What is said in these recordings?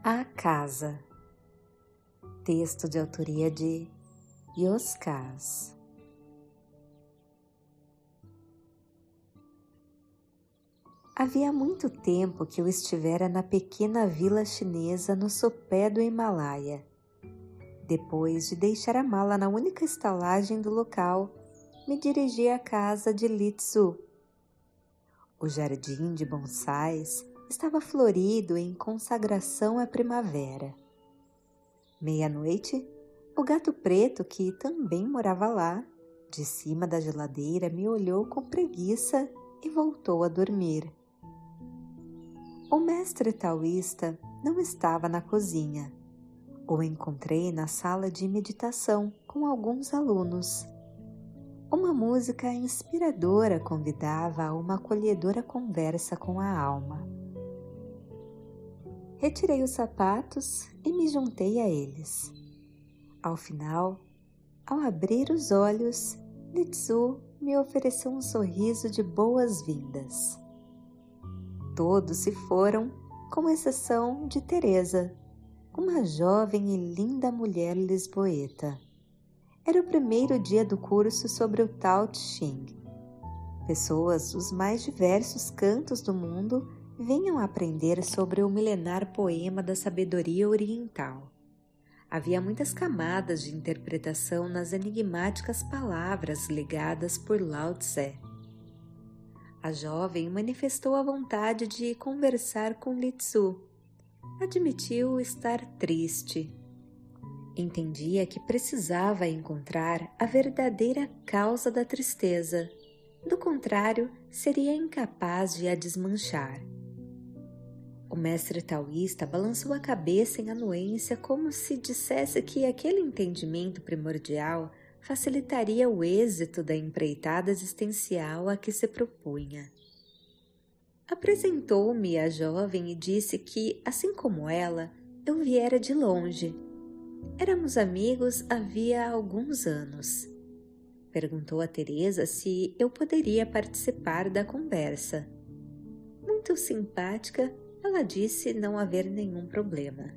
A Casa. Texto de autoria de Yoskaz. Havia muito tempo que eu estivera na pequena vila chinesa no sopé do Himalaia. Depois de deixar a mala na única estalagem do local, me dirigi à casa de Li Tzu. O jardim de bonsais estava florido em consagração à primavera. Meia-noite, o gato preto, que também morava lá, de cima da geladeira, me olhou com preguiça e voltou a dormir. O mestre taoísta não estava na cozinha. O encontrei na sala de meditação com alguns alunos. Uma música inspiradora convidava a uma acolhedora conversa com a alma. Retirei os sapatos e me juntei a eles. Ao final, ao abrir os olhos, Li Tzu me ofereceu um sorriso de boas-vindas. Todos se foram, com exceção de Teresa, uma jovem e linda mulher lisboeta. Era o primeiro dia do curso sobre o Tao Te Ching. Pessoas dos mais diversos cantos do mundo vinham aprender sobre o milenar poema da sabedoria oriental. Havia muitas camadas de interpretação nas enigmáticas palavras legadas por Lao Tse. A jovem manifestou a vontade de conversar com Li Tzu. Admitiu estar triste. Entendia que precisava encontrar a verdadeira causa da tristeza. Do contrário, seria incapaz de a desmanchar. O mestre taoísta balançou a cabeça em anuência como se dissesse que aquele entendimento primordial facilitaria o êxito da empreitada existencial a que se propunha. Apresentou-me a jovem e disse que, assim como ela, eu viera de longe. Éramos amigos havia alguns anos. Perguntou a Teresa se eu poderia participar da conversa. Muito simpática, ela disse não haver nenhum problema.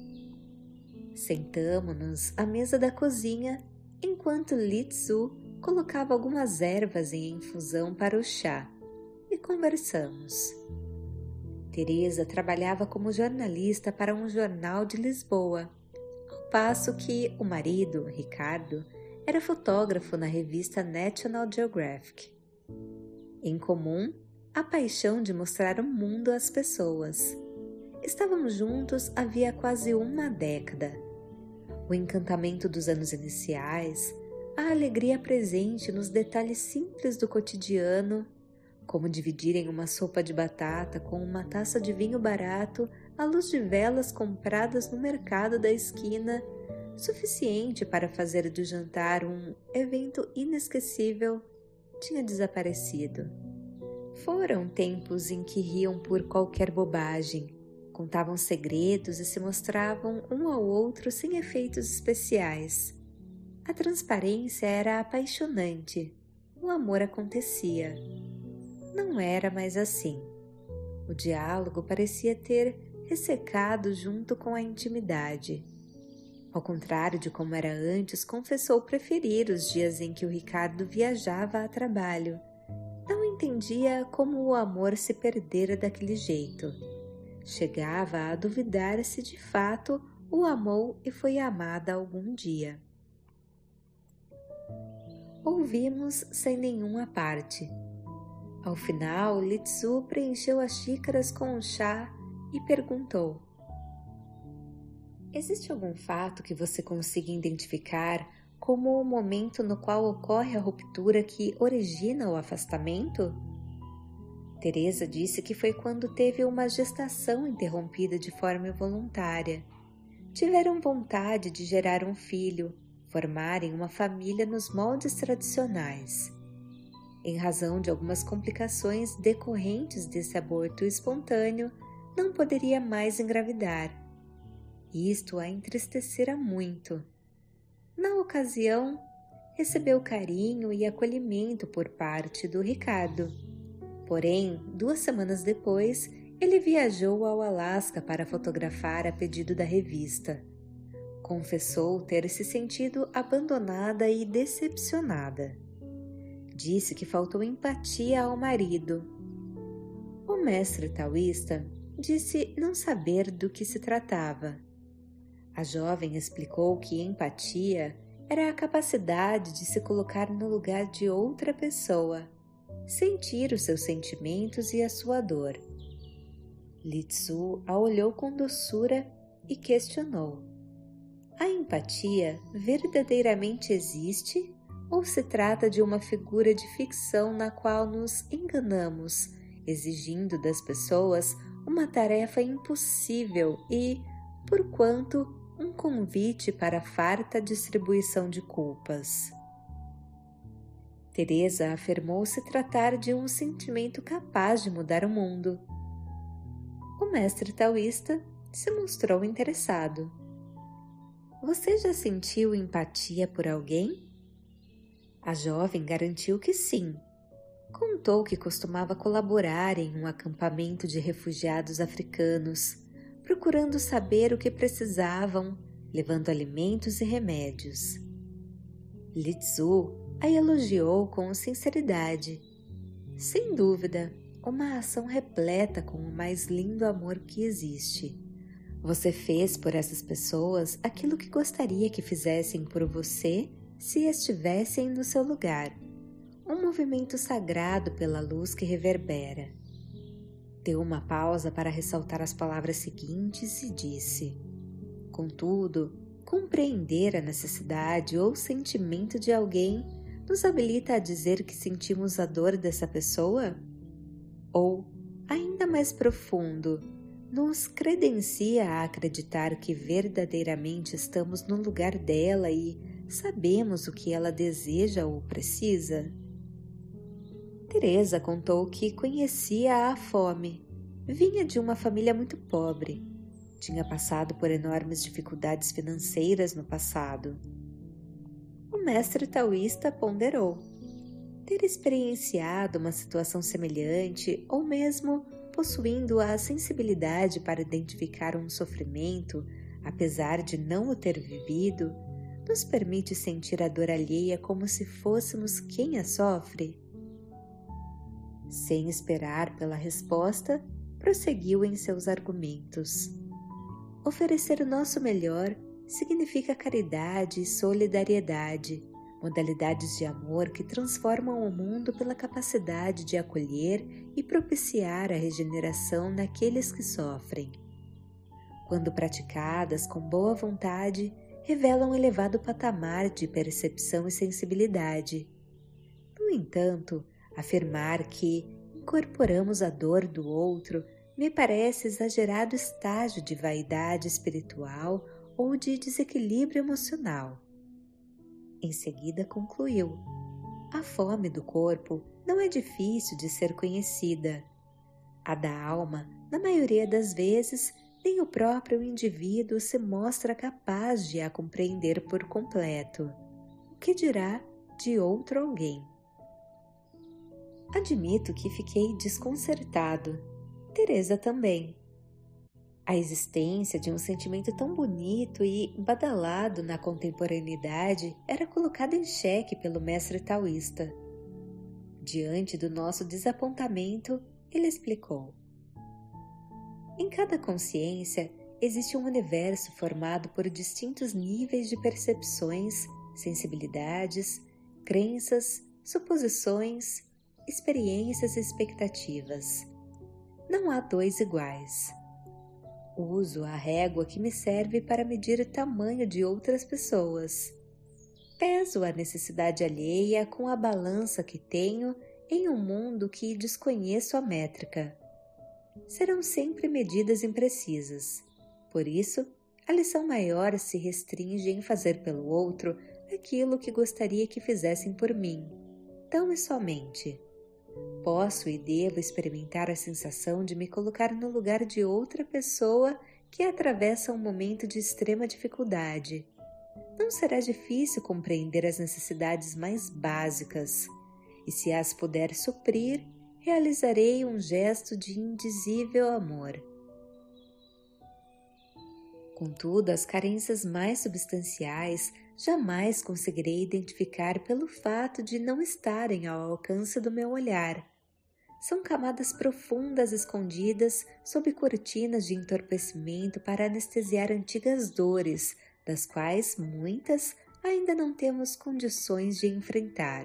Sentamo-nos à mesa da cozinha enquanto Li Tzu colocava algumas ervas em infusão para o chá e conversamos. Teresa trabalhava como jornalista para um jornal de Lisboa, ao passo que o marido, Ricardo, era fotógrafo na revista National Geographic. Em comum, a paixão de mostrar o mundo às pessoas. Estávamos juntos havia quase uma década. O encantamento dos anos iniciais, a alegria presente nos detalhes simples do cotidiano, como dividirem uma sopa de batata com uma taça de vinho barato à luz de velas compradas no mercado da esquina, suficiente para fazer do jantar um evento inesquecível, tinha desaparecido. Foram tempos em que riam por qualquer bobagem, contavam segredos e se mostravam um ao outro sem efeitos especiais. A transparência era apaixonante, o amor acontecia. Não era mais assim. O diálogo parecia ter ressecado junto com a intimidade. Ao contrário de como era antes, confessou preferir os dias em que o Ricardo viajava a trabalho. Não entendia como o amor se perdera daquele jeito. Chegava a duvidar se de fato o amou e foi amada algum dia. Ouvimos sem nenhuma parte. Ao final, Li Tzu preencheu as xícaras com o chá e perguntou: existe algum fato que você consiga identificar como o momento no qual ocorre a ruptura que origina o afastamento? Teresa disse que foi quando teve uma gestação interrompida de forma involuntária. Tiveram vontade de gerar um filho, formarem uma família nos moldes tradicionais. Em razão de algumas complicações decorrentes desse aborto espontâneo, não poderia mais engravidar. Isto a entristecera muito. Na ocasião, recebeu carinho e acolhimento por parte do Ricardo. Porém, 2 semanas depois, ele viajou ao Alasca para fotografar a pedido da revista. Confessou ter se sentido abandonada e decepcionada. Disse que faltou empatia ao marido. O mestre taoísta disse não saber do que se tratava. A jovem explicou que empatia era a capacidade de se colocar no lugar de outra pessoa, sentir os seus sentimentos e a sua dor. Li-Tzu a olhou com doçura e questionou: a empatia verdadeiramente existe ou se trata de uma figura de ficção na qual nos enganamos, exigindo das pessoas uma tarefa impossível e, por quanto, um convite para a farta distribuição de culpas? Teresa afirmou se tratar de um sentimento capaz de mudar o mundo. O mestre taoísta se mostrou interessado. Você já sentiu empatia por alguém? A jovem garantiu que sim. Contou que costumava colaborar em um acampamento de refugiados africanos, procurando saber o que precisavam, levando alimentos e remédios. Li-Tzu a elogiou com sinceridade. Sem dúvida, uma ação repleta com o mais lindo amor que existe. Você fez por essas pessoas aquilo que gostaria que fizessem por você se estivessem no seu lugar. Um movimento sagrado pela luz que reverbera. Deu uma pausa para ressaltar as palavras seguintes e disse: contudo, compreender a necessidade ou sentimento de alguém nos habilita a dizer que sentimos a dor dessa pessoa? Ou, ainda mais profundo, nos credencia a acreditar que verdadeiramente estamos no lugar dela e sabemos o que ela deseja ou precisa? Teresa contou que conhecia a fome. Vinha de uma família muito pobre. Tinha passado por enormes dificuldades financeiras no passado. O mestre taoísta ponderou. Ter experienciado uma situação semelhante ou mesmo possuindo a sensibilidade para identificar um sofrimento, apesar de não o ter vivido, nos permite sentir a dor alheia como se fôssemos quem a sofre. Sem esperar pela resposta, prosseguiu em seus argumentos. Oferecer o nosso melhor significa caridade e solidariedade, modalidades de amor que transformam o mundo pela capacidade de acolher e propiciar a regeneração naqueles que sofrem. Quando praticadas com boa vontade, revelam elevado patamar de percepção e sensibilidade. No entanto, afirmar que incorporamos a dor do outro me parece exagerado estágio de vaidade espiritual ou de desequilíbrio emocional. Em seguida concluiu: a fome do corpo não é difícil de ser conhecida. A da alma, na maioria das vezes, nem o próprio indivíduo se mostra capaz de a compreender por completo. O que dirá de outro alguém? Admito que fiquei desconcertado. Teresa também. A existência de um sentimento tão bonito e badalado na contemporaneidade era colocada em xeque pelo mestre taoísta. Diante do nosso desapontamento, ele explicou: em cada consciência existe um universo formado por distintos níveis de percepções, sensibilidades, crenças, suposições, experiências e expectativas. Não há dois iguais. Uso a régua que me serve para medir o tamanho de outras pessoas. Peso a necessidade alheia com a balança que tenho em um mundo que desconheço a métrica. Serão sempre medidas imprecisas. Por isso, a lição maior se restringe em fazer pelo outro aquilo que gostaria que fizessem por mim, tão e somente. Posso e devo experimentar a sensação de me colocar no lugar de outra pessoa que atravessa um momento de extrema dificuldade. Não será difícil compreender as necessidades mais básicas, e se as puder suprir, realizarei um gesto de indizível amor. Contudo, as carências mais substanciais jamais conseguirei identificar pelo fato de não estarem ao alcance do meu olhar. São camadas profundas escondidas sob cortinas de entorpecimento para anestesiar antigas dores, das quais muitas ainda não temos condições de enfrentar.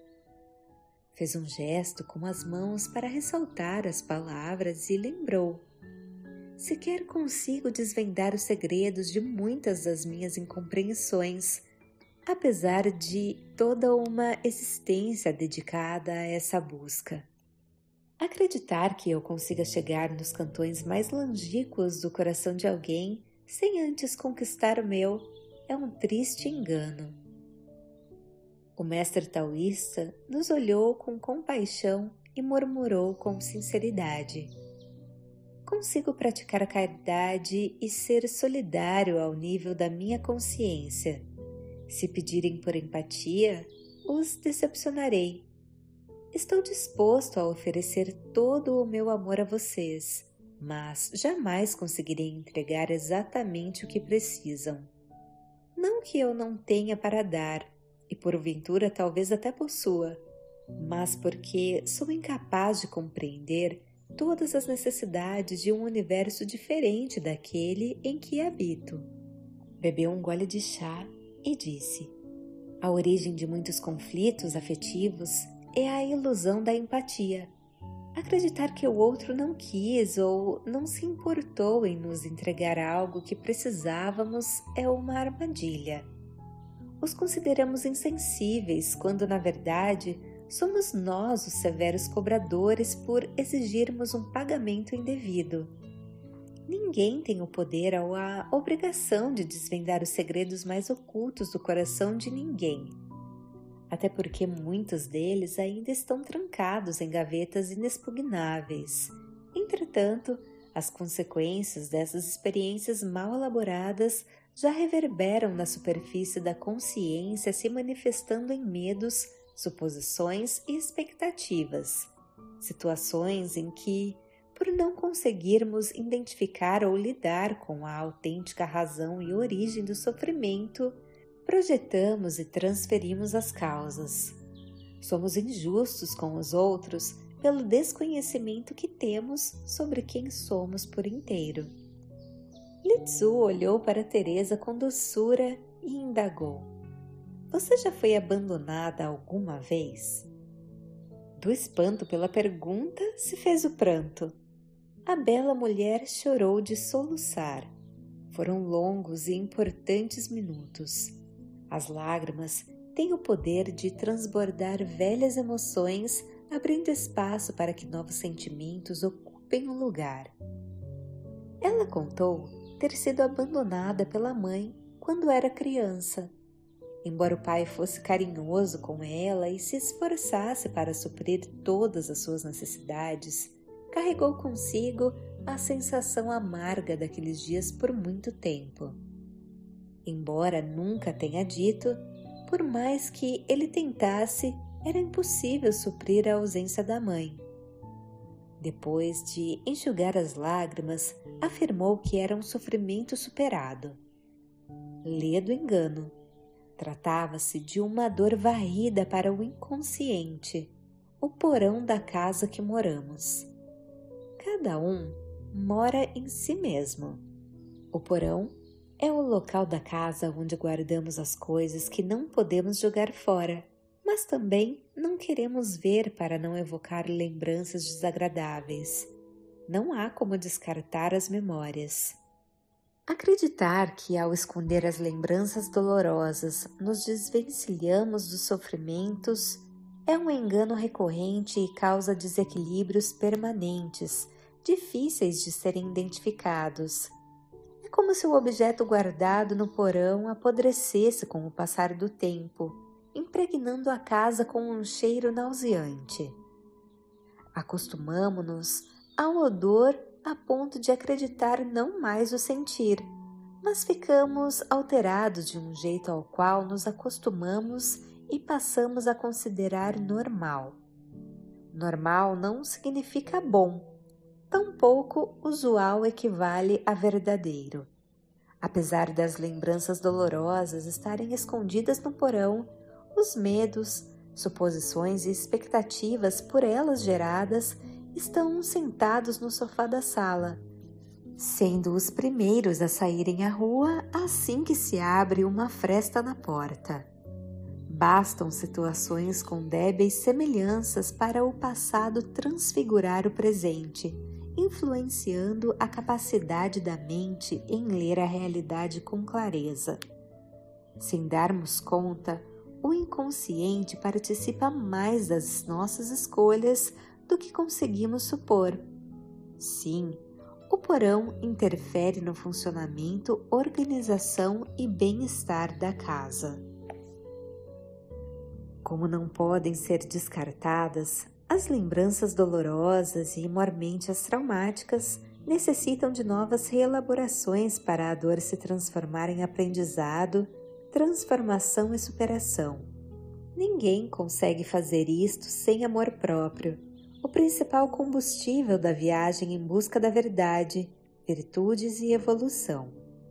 Fez um gesto com as mãos para ressaltar as palavras e lembrou: sequer consigo desvendar os segredos de muitas das minhas incompreensões, apesar de toda uma existência dedicada a essa busca. Acreditar que eu consiga chegar nos cantões mais longínquos do coração de alguém sem antes conquistar o meu é um triste engano. O mestre taoísta nos olhou com compaixão e murmurou com sinceridade: consigo praticar a caridade e ser solidário ao nível da minha consciência. Se pedirem por empatia, os decepcionarei. Estou disposto a oferecer todo o meu amor a vocês, mas jamais conseguirei entregar exatamente o que precisam. Não que eu não tenha para dar, e porventura talvez até possua, mas porque sou incapaz de compreender todas as necessidades de um universo diferente daquele em que habito. Bebeu um gole de chá e disse: a origem de muitos conflitos afetivos é a ilusão da empatia. Acreditar que o outro não quis ou não se importou em nos entregar algo que precisávamos é uma armadilha. Os consideramos insensíveis quando, na verdade, somos nós os severos cobradores por exigirmos um pagamento indevido. Ninguém tem o poder ou a obrigação de desvendar os segredos mais ocultos do coração de ninguém, até porque muitos deles ainda estão trancados em gavetas inexpugnáveis. Entretanto, as consequências dessas experiências mal elaboradas já reverberam na superfície da consciência, se manifestando em medos, suposições e expectativas, situações em que, por não conseguirmos identificar ou lidar com a autêntica razão e origem do sofrimento, projetamos e transferimos as causas. Somos injustos com os outros pelo desconhecimento que temos sobre quem somos por inteiro. Litsu olhou para Teresa com doçura e indagou: você já foi abandonada alguma vez? Do espanto pela pergunta se fez o pranto. A bela mulher chorou de soluçar. Foram longos e importantes minutos. As lágrimas têm o poder de transbordar velhas emoções, abrindo espaço para que novos sentimentos ocupem o lugar. Ela contou ter sido abandonada pela mãe quando era criança. Embora o pai fosse carinhoso com ela e se esforçasse para suprir todas as suas necessidades, carregou consigo a sensação amarga daqueles dias por muito tempo. Embora nunca tenha dito, por mais que ele tentasse, era impossível suprir a ausência da mãe. Depois de enxugar as lágrimas, afirmou que era um sofrimento superado. Ledo engano. Tratava-se de uma dor varrida para o inconsciente, o porão da casa que moramos. Cada um mora em si mesmo. O porão é o local da casa onde guardamos as coisas que não podemos jogar fora, mas também não queremos ver para não evocar lembranças desagradáveis. Não há como descartar as memórias. Acreditar que ao esconder as lembranças dolorosas nos desvencilhamos dos sofrimentos é um engano recorrente e causa desequilíbrios permanentes, difíceis de serem identificados. É como se o objeto guardado no porão apodrecesse com o passar do tempo, impregnando a casa com um cheiro nauseante. Acostumamo-nos ao odor a ponto de acreditar não mais o sentir, mas ficamos alterados de um jeito ao qual nos acostumamos e passamos a considerar normal. Normal não significa bom, tampouco usual equivale a verdadeiro. Apesar das lembranças dolorosas estarem escondidas no porão, os medos, suposições e expectativas por elas geradas estão sentados no sofá da sala, sendo os primeiros a saírem à rua assim que se abre uma fresta na porta. Bastam situações com débeis semelhanças para o passado transfigurar o presente, influenciando a capacidade da mente em ler a realidade com clareza. Sem darmos conta, o inconsciente participa mais das nossas escolhas do que conseguimos supor. Sim, o porão interfere no funcionamento, organização e bem-estar da casa. Como não podem ser descartadas, as lembranças dolorosas e mormente as traumáticas necessitam de novas reelaborações para a dor se transformar em aprendizado, transformação e superação. Ninguém consegue fazer isto sem amor próprio, o principal combustível da viagem em busca da verdade, virtudes e evolução.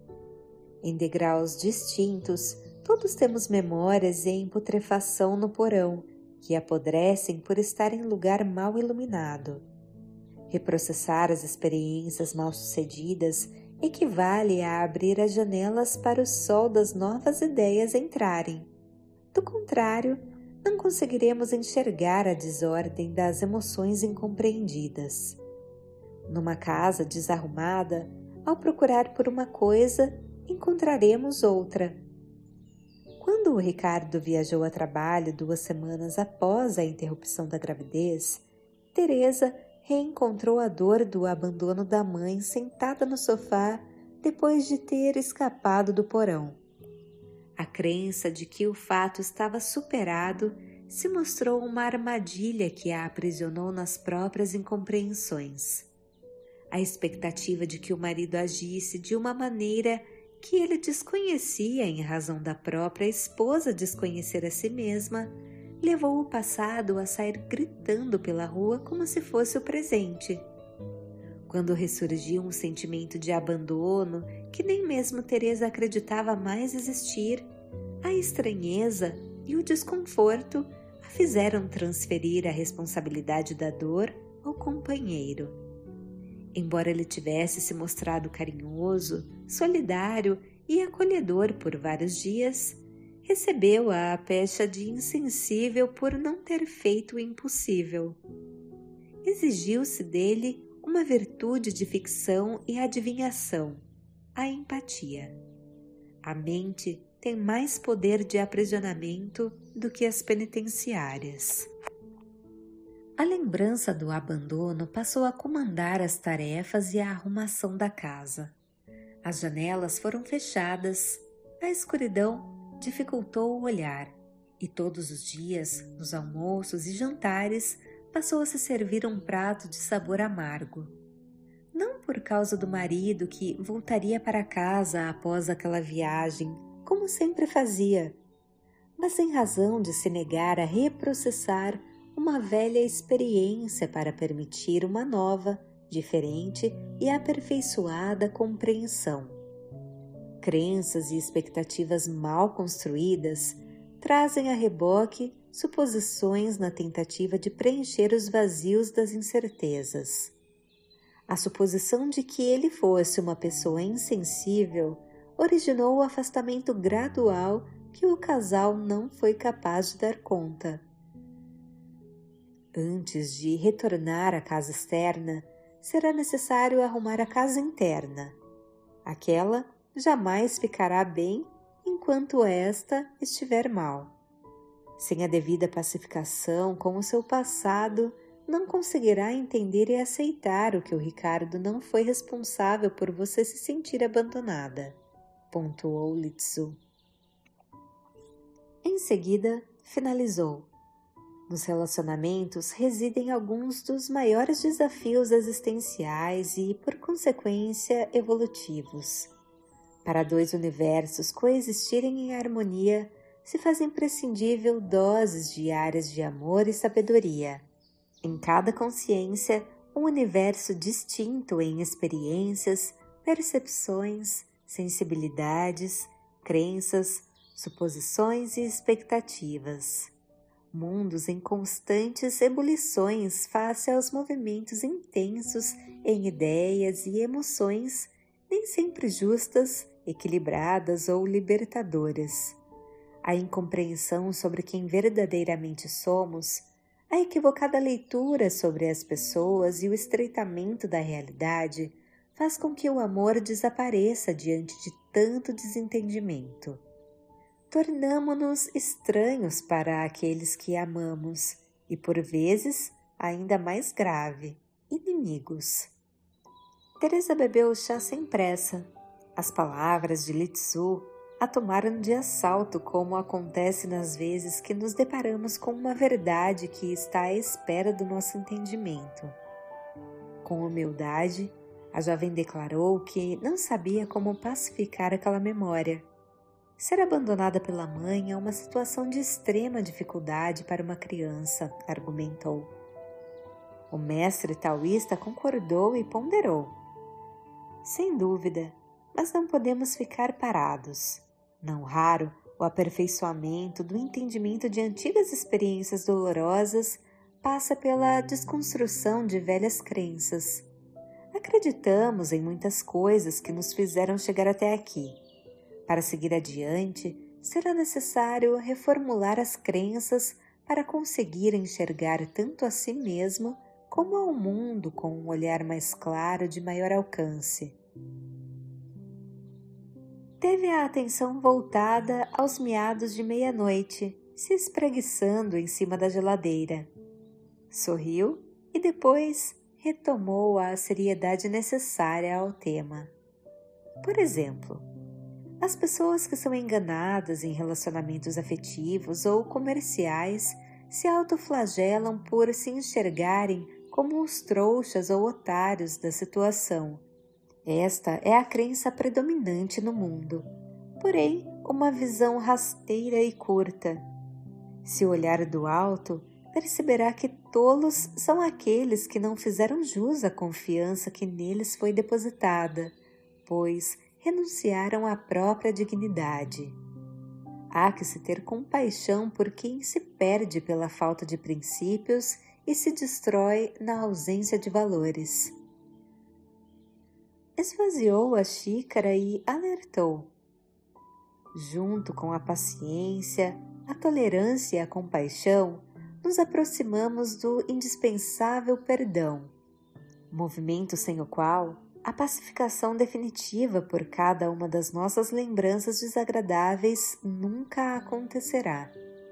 Em degraus distintos, todos temos memórias em putrefação no porão, que apodrecem por estar em lugar mal iluminado. Reprocessar as experiências mal-sucedidas equivale a abrir as janelas para o sol das novas ideias entrarem. Do contrário, não conseguiremos enxergar a desordem das emoções incompreendidas. Numa casa desarrumada, ao procurar por uma coisa, encontraremos outra. Quando o Ricardo viajou a trabalho 2 semanas após a interrupção da gravidez, Teresa reencontrou a dor do abandono da mãe sentada no sofá depois de ter escapado do porão. A crença de que o fato estava superado se mostrou uma armadilha que a aprisionou nas próprias incompreensões. A expectativa de que o marido agisse de uma maneira que ele desconhecia em razão da própria esposa desconhecer a si mesma, levou o passado a sair gritando pela rua como se fosse o presente. Quando ressurgiu um sentimento de abandono que nem mesmo Teresa acreditava mais existir, a estranheza e o desconforto a fizeram transferir a responsabilidade da dor ao companheiro. Embora ele tivesse se mostrado carinhoso, solidário e acolhedor por vários dias, recebeu a pecha de insensível por não ter feito o impossível. Exigiu-se dele uma virtude de ficção e adivinhação, a empatia. A mente tem mais poder de aprisionamento do que as penitenciárias. A lembrança do abandono passou a comandar as tarefas e a arrumação da casa. As janelas foram fechadas, a escuridão dificultou o olhar e todos os dias, nos almoços e jantares, passou a se servir um prato de sabor amargo. Não por causa do marido que voltaria para casa após aquela viagem, como sempre fazia, mas em razão de se negar a reprocessar uma velha experiência para permitir uma nova, diferente e aperfeiçoada compreensão. Crenças e expectativas mal construídas trazem a reboque suposições na tentativa de preencher os vazios das incertezas. A suposição de que ele fosse uma pessoa insensível originou o afastamento gradual que o casal não foi capaz de dar conta. Antes de retornar à casa externa, será necessário arrumar a casa interna. Aquela jamais ficará bem enquanto esta estiver mal. Sem a devida pacificação com o seu passado, não conseguirá entender e aceitar o que o Ricardo não foi responsável por você se sentir abandonada, pontuou Litsu. Em seguida, finalizou. Nos relacionamentos residem alguns dos maiores desafios existenciais e, por consequência, evolutivos. Para 2 universos coexistirem em harmonia, se faz imprescindível doses diárias de amor e sabedoria. Em cada consciência, um universo distinto em experiências, percepções, sensibilidades, crenças, suposições e expectativas. Mundos em constantes ebulições face aos movimentos intensos em ideias e emoções, nem sempre justas, equilibradas ou libertadoras. A incompreensão sobre quem verdadeiramente somos, a equivocada leitura sobre as pessoas e o estreitamento da realidade faz com que o amor desapareça diante de tanto desentendimento. Tornamo-nos estranhos para aqueles que amamos e, por vezes, ainda mais grave, inimigos. Teresa bebeu o chá sem pressa. As palavras de Litsu a tomaram de assalto, como acontece nas vezes que nos deparamos com uma verdade que está à espera do nosso entendimento. Com humildade, a jovem declarou que não sabia como pacificar aquela memória. Ser abandonada pela mãe é uma situação de extrema dificuldade para uma criança, argumentou. O mestre taoísta concordou e ponderou. Sem dúvida, mas não podemos ficar parados. Não raro, o aperfeiçoamento do entendimento de antigas experiências dolorosas passa pela desconstrução de velhas crenças. Acreditamos em muitas coisas que nos fizeram chegar até aqui. Para seguir adiante, será necessário reformular as crenças para conseguir enxergar tanto a si mesmo como ao mundo com um olhar mais claro de maior alcance. Teve a atenção voltada aos meados de meia-noite, se espreguiçando em cima da geladeira. Sorriu e depois retomou a seriedade necessária ao tema. Por exemplo, as pessoas que são enganadas em relacionamentos afetivos ou comerciais se autoflagelam por se enxergarem como os trouxas ou otários da situação. Esta é a crença predominante no mundo, porém uma visão rasteira e curta. Se olhar do alto, perceberá que tolos são aqueles que não fizeram jus à confiança que neles foi depositada, pois renunciaram à própria dignidade. Há que se ter compaixão por quem se perde pela falta de princípios e se destrói na ausência de valores. Esvaziou a xícara e alertou. Junto com a paciência, a tolerância e a compaixão, nos aproximamos do indispensável perdão, movimento sem o qual a pacificação definitiva por cada uma das nossas lembranças desagradáveis nunca acontecerá.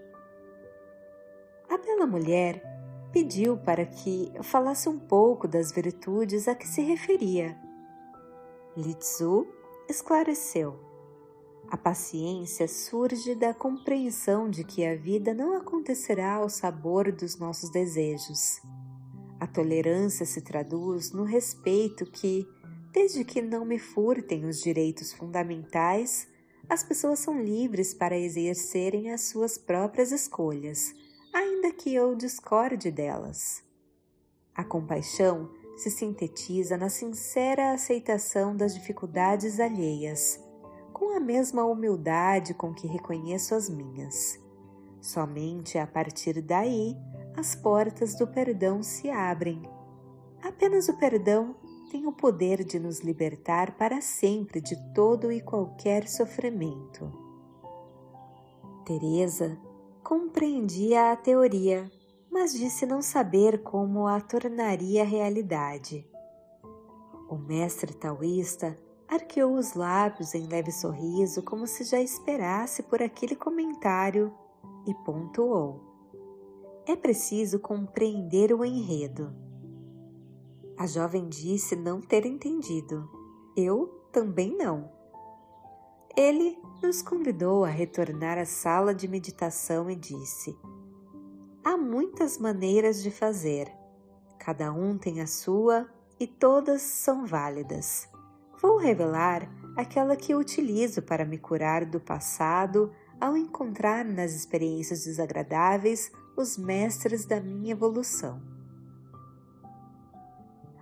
A bela mulher pediu para que falasse um pouco das virtudes a que se referia. Litsu esclareceu. A paciência surge da compreensão de que a vida não acontecerá ao sabor dos nossos desejos. A tolerância se traduz no respeito que, desde que não me furtem os direitos fundamentais, as pessoas são livres para exercerem as suas próprias escolhas, ainda que eu discorde delas. A compaixão se sintetiza na sincera aceitação das dificuldades alheias, com a mesma humildade com que reconheço as minhas. Somente a partir daí, as portas do perdão se abrem. Apenas o perdão tem o poder de nos libertar para sempre de todo e qualquer sofrimento. Teresa compreendia a teoria, mas disse não saber como a tornaria realidade. O mestre taoísta arqueou os lábios em leve sorriso, como se já esperasse por aquele comentário, e pontuou. É preciso compreender o enredo. A jovem disse não ter entendido. Eu também não. Ele nos convidou a retornar à sala de meditação e disse: há muitas maneiras de fazer. Cada um tem a sua e todas são válidas. Vou revelar aquela que utilizo para me curar do passado ao encontrar nas experiências desagradáveis os mestres da minha evolução.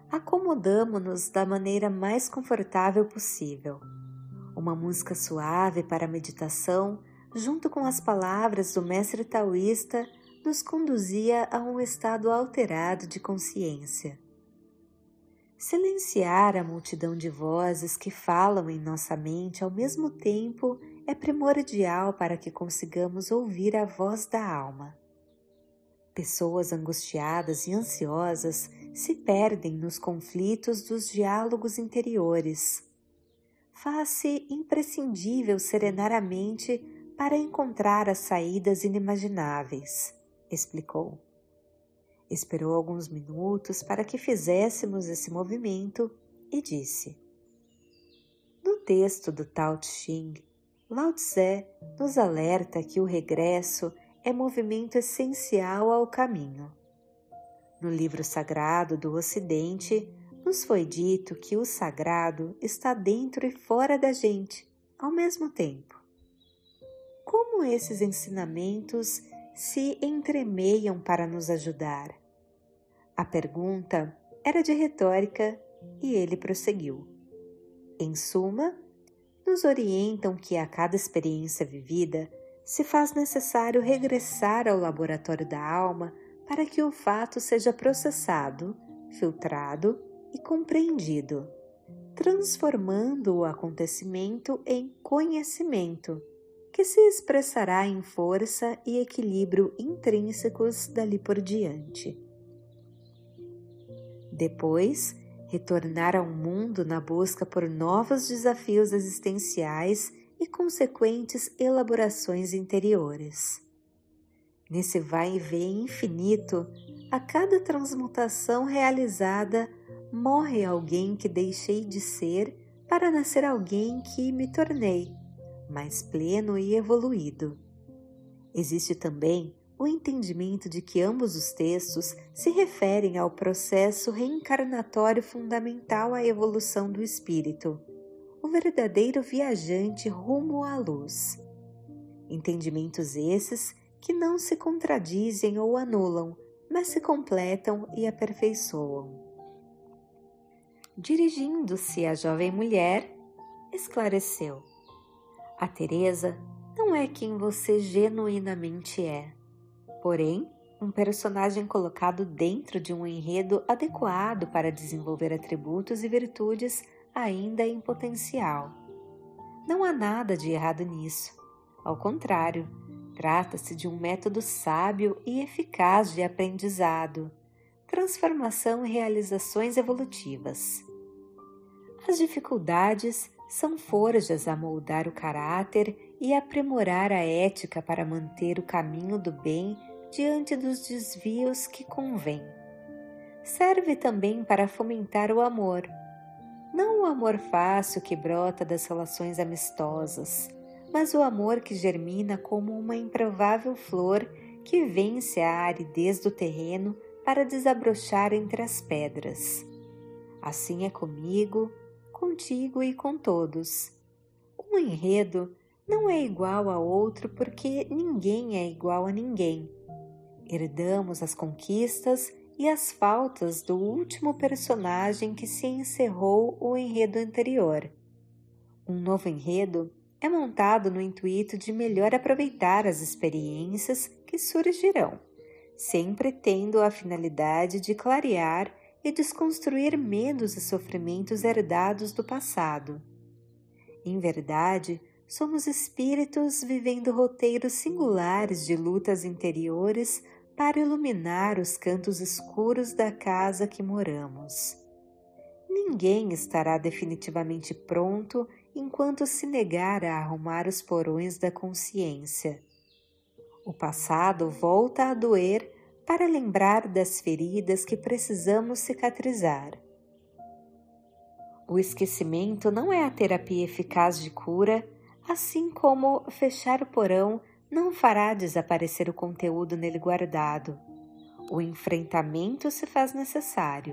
Acomodamo-nos da maneira mais confortável possível. Uma música suave para a meditação, junto com as palavras do mestre taoísta, nos conduzia a um estado alterado de consciência. Silenciar a multidão de vozes que falam em nossa mente ao mesmo tempo é primordial para que consigamos ouvir a voz da alma. Pessoas angustiadas e ansiosas se perdem nos conflitos dos diálogos interiores. Faz-se imprescindível serenar a mente para encontrar as saídas inimagináveis, explicou. Esperou alguns minutos para que fizéssemos esse movimento e disse: no texto do Tao Te Ching, Lao Tse nos alerta que o regresso é movimento essencial ao caminho. No livro sagrado do Ocidente, nos foi dito que o sagrado está dentro e fora da gente, ao mesmo tempo. Como esses ensinamentos se entremeiam para nos ajudar? A pergunta era de retórica e ele prosseguiu. Em suma, nos orientam que a cada experiência vivida se faz necessário regressar ao laboratório da alma para que o fato seja processado, filtrado e compreendido, transformando o acontecimento em conhecimento, que se expressará em força e equilíbrio intrínsecos dali por diante. Depois, retornar ao mundo na busca por novos desafios existenciais e consequentes elaborações interiores. Nesse vai e vem infinito, a cada transmutação realizada, morre alguém que deixei de ser para nascer alguém que me tornei, mais pleno e evoluído. Existe também o entendimento de que ambos os textos se referem ao processo reencarnatório fundamental à evolução do espírito, o verdadeiro viajante rumo à luz. Entendimentos esses que não se contradizem ou anulam, mas se completam e aperfeiçoam. Dirigindo-se à jovem mulher, esclareceu: a Teresa não é quem você genuinamente é, porém, um personagem colocado dentro de um enredo adequado para desenvolver atributos e virtudes ainda em potencial. Não há nada de errado nisso. Ao contrário, trata-se de um método sábio e eficaz de aprendizado, transformação e realizações evolutivas. As dificuldades são forjas a moldar o caráter e aprimorar a ética para manter o caminho do bem diante dos desvios que convém. Serve também para fomentar o amor, não o amor fácil que brota das relações amistosas, mas o amor que germina como uma improvável flor que vence a aridez do terreno para desabrochar entre as pedras. Assim é comigo, contigo e com todos. Um enredo não é igual a outro porque ninguém é igual a ninguém. Herdamos as conquistas e as faltas do último personagem que se encerrou o enredo anterior. Um novo enredo é montado no intuito de melhor aproveitar as experiências que surgirão, sempre tendo a finalidade de clarear e desconstruir medos e sofrimentos herdados do passado. Em verdade, somos espíritos vivendo roteiros singulares de lutas interiores para iluminar os cantos escuros da casa que moramos. Ninguém estará definitivamente pronto enquanto se negar a arrumar os porões da consciência. O passado volta a doer para lembrar das feridas que precisamos cicatrizar. O esquecimento não é a terapia eficaz de cura, assim como fechar o porão não fará desaparecer o conteúdo nele guardado. O enfrentamento se faz necessário.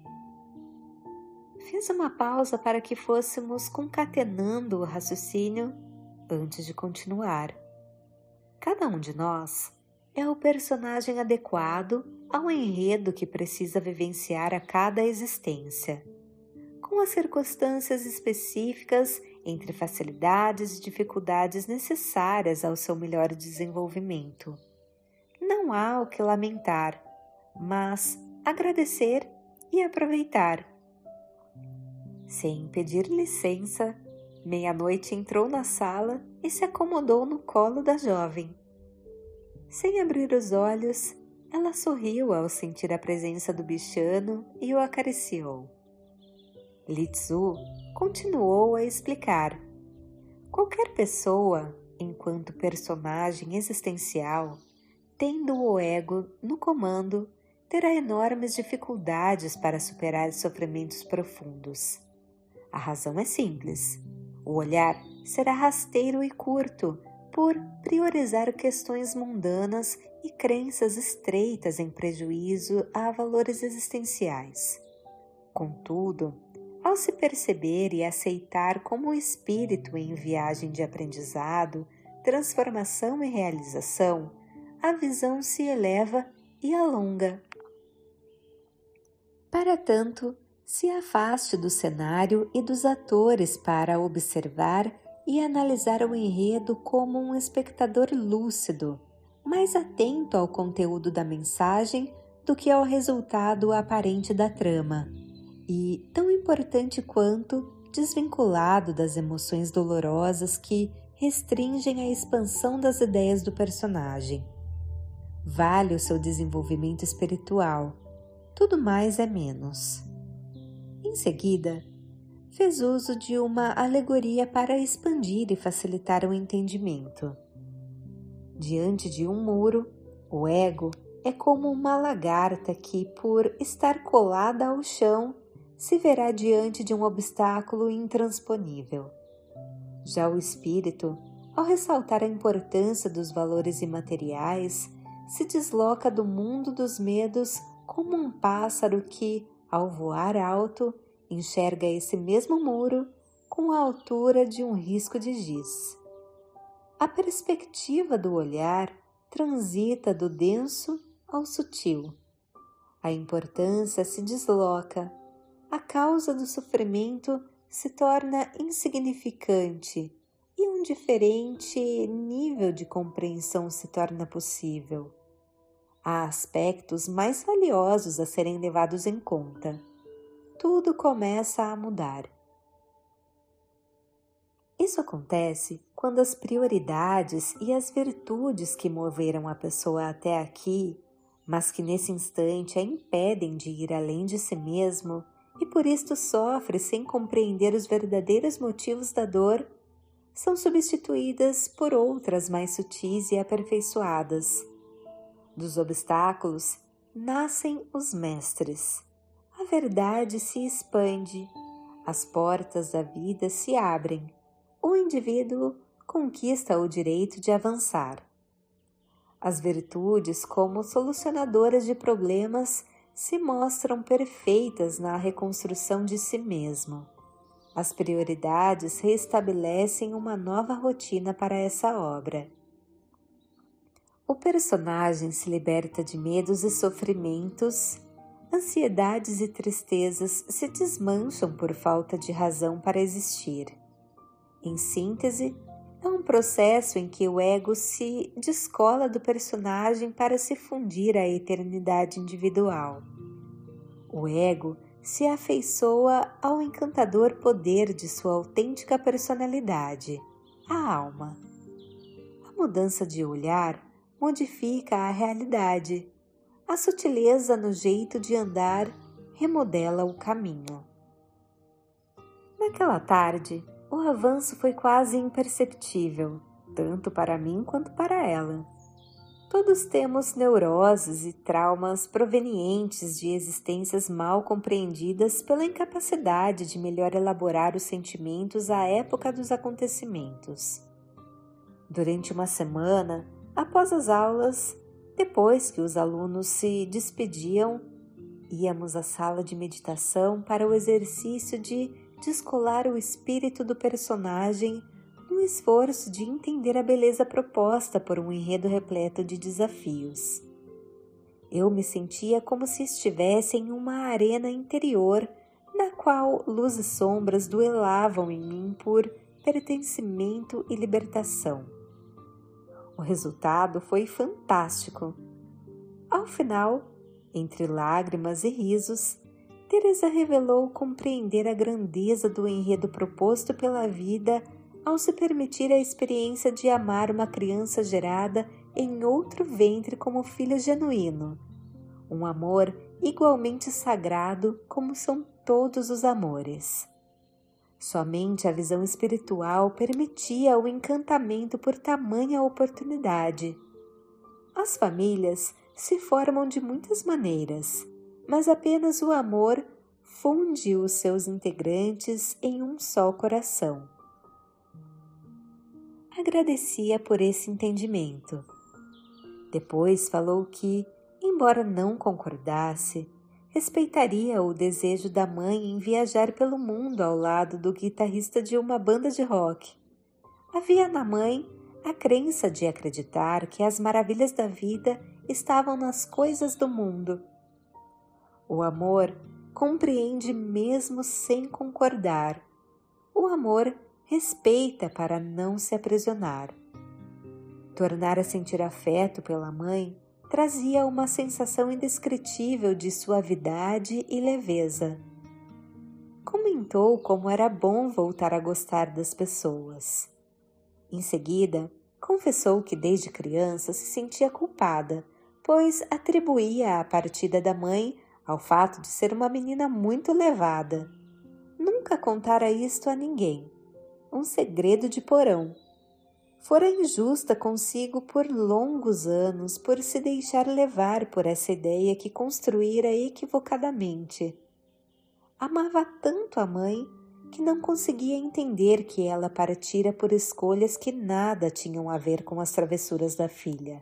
Fiz uma pausa para que fôssemos concatenando o raciocínio antes de continuar. Cada um de nós é o personagem adequado ao enredo que precisa vivenciar a cada existência, com as circunstâncias específicas entre facilidades e dificuldades necessárias ao seu melhor desenvolvimento. Não há o que lamentar, mas agradecer e aproveitar. Sem pedir licença, meia-noite entrou na sala e se acomodou no colo da jovem. Sem abrir os olhos, ela sorriu ao sentir a presença do bichano e o acariciou. Li-Tzu continuou a explicar. Qualquer pessoa, enquanto personagem existencial, tendo o ego no comando, terá enormes dificuldades para superar sofrimentos profundos. A razão é simples. O olhar será rasteiro e curto por priorizar questões mundanas e crenças estreitas em prejuízo a valores existenciais. Contudo, ao se perceber e aceitar como espírito em viagem de aprendizado, transformação e realização, a visão se eleva e alonga. Para tanto, se afaste do cenário e dos atores para observar e analisar o enredo como um espectador lúcido, mais atento ao conteúdo da mensagem do que ao resultado aparente da trama, e, tão importante quanto, desvinculado das emoções dolorosas que restringem a expansão das ideias do personagem. Vale o seu desenvolvimento espiritual, tudo mais é menos. Em seguida, fez uso de uma alegoria para expandir e facilitar o entendimento. Diante de um muro, o ego é como uma lagarta que, por estar colada ao chão, se verá diante de um obstáculo intransponível. Já o espírito, ao ressaltar a importância dos valores imateriais, se desloca do mundo dos medos como um pássaro que, ao voar alto, enxerga esse mesmo muro com a altura de um risco de giz. A perspectiva do olhar transita do denso ao sutil. A importância se desloca, a causa do sofrimento se torna insignificante e um diferente nível de compreensão se torna possível. Há aspectos mais valiosos a serem levados em conta. Tudo começa a mudar. Isso acontece quando as prioridades e as virtudes que moveram a pessoa até aqui, mas que nesse instante a impedem de ir além de si mesmo e por isto sofre sem compreender os verdadeiros motivos da dor, são substituídas por outras mais sutis e aperfeiçoadas. Dos obstáculos nascem os mestres. A verdade se expande, as portas da vida se abrem, o indivíduo conquista o direito de avançar. As virtudes, como solucionadoras de problemas, se mostram perfeitas na reconstrução de si mesmo. As prioridades reestabelecem uma nova rotina para essa obra. O personagem se liberta de medos e sofrimentos, ansiedades e tristezas se desmancham por falta de razão para existir. Em síntese, é um processo em que o ego se descola do personagem para se fundir à eternidade individual. O ego se afeiçoa ao encantador poder de sua autêntica personalidade, a alma. A mudança de olhar modifica a realidade. A sutileza no jeito de andar remodela o caminho. Naquela tarde, o avanço foi quase imperceptível, tanto para mim quanto para ela. Todos temos neuroses e traumas provenientes de existências mal compreendidas pela incapacidade de melhor elaborar os sentimentos à época dos acontecimentos. Durante uma semana, após as aulas, depois que os alunos se despediam, íamos à sala de meditação para o exercício de descolar o espírito do personagem no esforço de entender a beleza proposta por um enredo repleto de desafios. Eu me sentia como se estivesse em uma arena interior, na qual luz e sombras duelavam em mim por pertencimento e libertação. O resultado foi fantástico. Ao final, entre lágrimas e risos, Teresa revelou compreender a grandeza do enredo proposto pela vida ao se permitir a experiência de amar uma criança gerada em outro ventre como filho genuíno. Um amor igualmente sagrado como são todos os amores. Somente a visão espiritual permitia o encantamento por tamanha oportunidade. As famílias se formam de muitas maneiras, mas apenas o amor funde os seus integrantes em um só coração. Agradecia por esse entendimento. Depois falou que, embora não concordasse, respeitaria o desejo da mãe em viajar pelo mundo ao lado do guitarrista de uma banda de rock. Havia na mãe a crença de acreditar que as maravilhas da vida estavam nas coisas do mundo. O amor compreende mesmo sem concordar. O amor respeita para não se aprisionar. Tornar a sentir afeto pela mãe trazia uma sensação indescritível de suavidade e leveza. Comentou como era bom voltar a gostar das pessoas. Em seguida, confessou que desde criança se sentia culpada, pois atribuía a partida da mãe ao fato de ser uma menina muito levada. Nunca contara isto a ninguém. Um segredo de porão. Fora injusta consigo por longos anos por se deixar levar por essa ideia que construíra equivocadamente. Amava tanto a mãe que não conseguia entender que ela partira por escolhas que nada tinham a ver com as travessuras da filha.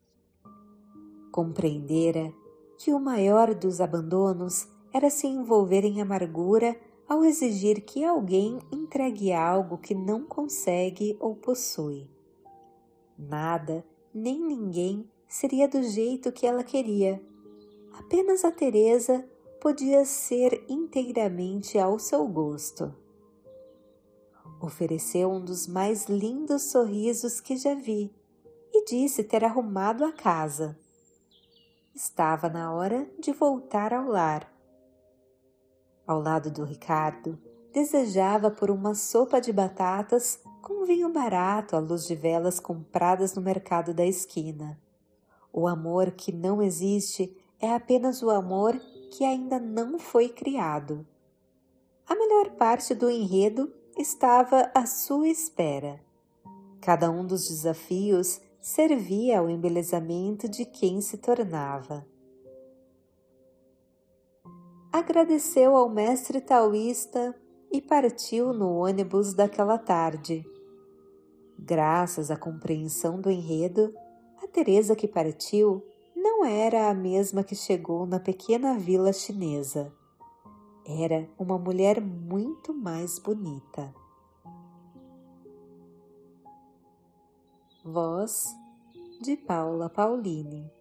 Compreendera que o maior dos abandonos era se envolver em amargura ao exigir que alguém entregue algo que não consegue ou possui. Nada, nem ninguém seria do jeito que ela queria. Apenas a Teresa podia ser inteiramente ao seu gosto. Ofereceu um dos mais lindos sorrisos que já vi e disse ter arrumado a casa. Estava na hora de voltar ao lar. Ao lado do Ricardo, desejava por uma sopa de batatas com vinho barato à luz de velas compradas no mercado da esquina. O amor que não existe é apenas o amor que ainda não foi criado. A melhor parte do enredo estava à sua espera. Cada um dos desafios servia ao embelezamento de quem se tornava. Agradeceu ao mestre taoísta e partiu no ônibus daquela tarde. Graças à compreensão do enredo, a Teresa que partiu não era a mesma que chegou na pequena vila chinesa. Era uma mulher muito mais bonita. Voz de Paula Paulini.